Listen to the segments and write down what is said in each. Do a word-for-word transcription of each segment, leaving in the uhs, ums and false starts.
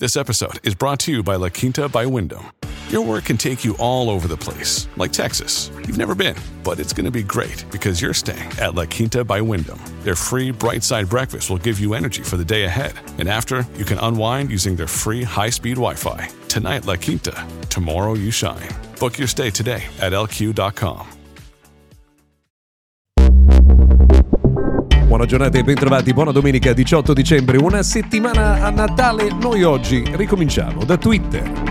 This episode is brought to you by La Quinta by Wyndham. Your work can take you all over the place, like Texas. You've never been, but it's going to be great because you're staying at La Quinta by Wyndham. Their free Bright Side breakfast will give you energy for the day ahead. And after, you can unwind using their free high-speed Wi-Fi. Tonight, La Quinta. Tomorrow, you shine. Book your stay today at L Q dot com. Buona giornata e bentrovati, buona domenica diciotto dicembre, una settimana a Natale. Noi oggi ricominciamo da Twitter.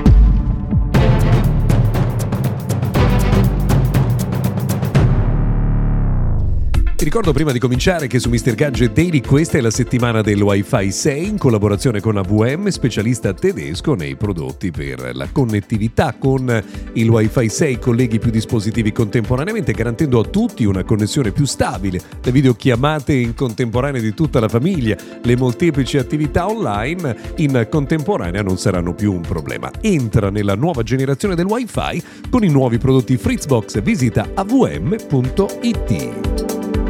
Ti ricordo prima di cominciare che su mister Gadget Daily questa è la settimana del Wi-Fi sei in collaborazione con A V M, specialista tedesco nei prodotti per la connettività. Con il Wi-Fi sei colleghi più dispositivi contemporaneamente, garantendo a tutti una connessione più stabile, le videochiamate in contemporanea di tutta la famiglia, le molteplici attività online in contemporanea non saranno più un problema. Entra nella nuova generazione del Wi-Fi con i nuovi prodotti Fritzbox. Visita a v m punto i t.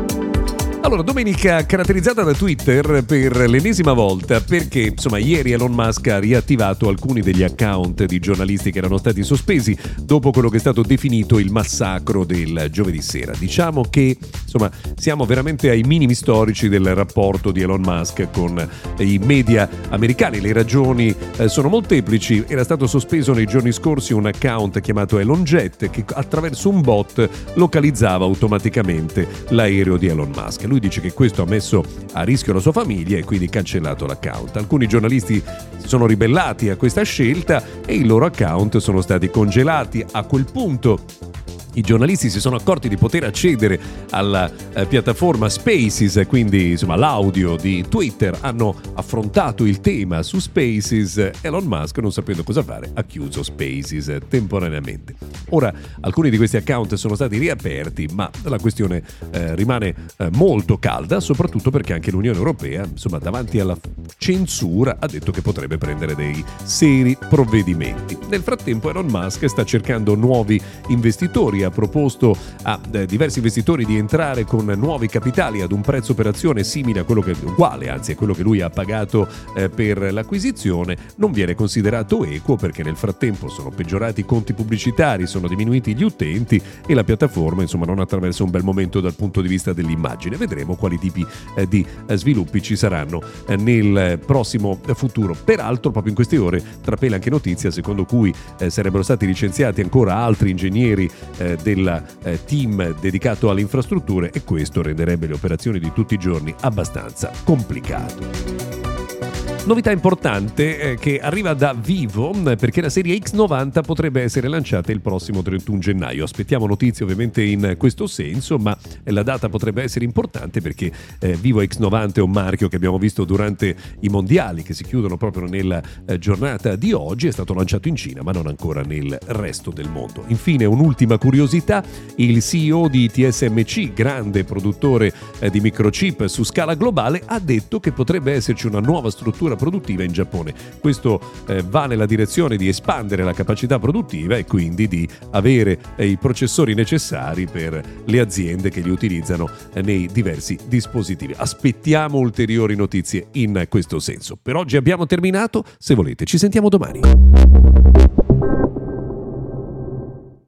Allora, domenica caratterizzata da Twitter per l'ennesima volta perché, insomma, ieri Elon Musk ha riattivato alcuni degli account di giornalisti che erano stati sospesi dopo quello che è stato definito il massacro del giovedì sera. Diciamo che, insomma, siamo veramente ai minimi storici del rapporto di Elon Musk con i media americani. Le ragioni eh, sono molteplici. Era stato sospeso nei giorni scorsi un account chiamato Elon Jet che attraverso un bot localizzava automaticamente l'aereo di Elon Musk. Lui dice che questo ha messo a rischio la sua famiglia e quindi cancellato l'account. Alcuni giornalisti si sono ribellati a questa scelta e i loro account sono stati congelati. A quel punto i giornalisti si sono accorti di poter accedere alla eh, piattaforma Spaces, quindi insomma l'audio di Twitter. Hanno affrontato il tema su Spaces. Elon Musk, non sapendo cosa fare, ha chiuso Spaces eh, temporaneamente. Ora alcuni di questi account sono stati riaperti, ma la questione eh, rimane eh, molto calda, soprattutto perché anche l'Unione Europea, insomma, davanti alla censura ha detto che potrebbe prendere dei seri provvedimenti. Nel frattempo Elon Musk sta cercando nuovi investitori. Ha proposto a eh, diversi investitori di entrare con nuovi capitali ad un prezzo per azione simile a quello che uguale, anzi a quello che lui ha pagato eh, per l'acquisizione. Non viene considerato equo perché nel frattempo sono peggiorati i conti pubblicitari, sono diminuiti gli utenti e la piattaforma, insomma, non attraversa un bel momento dal punto di vista dell'immagine. Vedremo quali tipi eh, di eh, sviluppi ci saranno eh, nel prossimo futuro. Peraltro proprio in queste ore trapela anche notizia secondo cui eh, sarebbero stati licenziati ancora altri ingegneri eh, del eh, team dedicato alle infrastrutture e questo renderebbe le operazioni di tutti i giorni abbastanza complicato. Novità importante eh, che arriva da Vivo perché la serie X novanta potrebbe essere lanciata il prossimo trentuno gennaio. Aspettiamo notizie ovviamente in questo senso, ma la data potrebbe essere importante perché eh, Vivo X novanta è un marchio che abbiamo visto durante i mondiali che si chiudono proprio nella eh, giornata di oggi. È stato lanciato in Cina ma non ancora nel resto del mondo. Infine un'ultima curiosità: il C E O di T S M C, grande produttore eh, di microchip su scala globale, ha detto che potrebbe esserci una nuova struttura produttiva in Giappone. Questo eh, va nella direzione di espandere la capacità produttiva e quindi di avere eh, i processori necessari per le aziende che li utilizzano eh, nei diversi dispositivi. Aspettiamo ulteriori notizie in questo senso. Per oggi abbiamo terminato. Se volete ci sentiamo domani.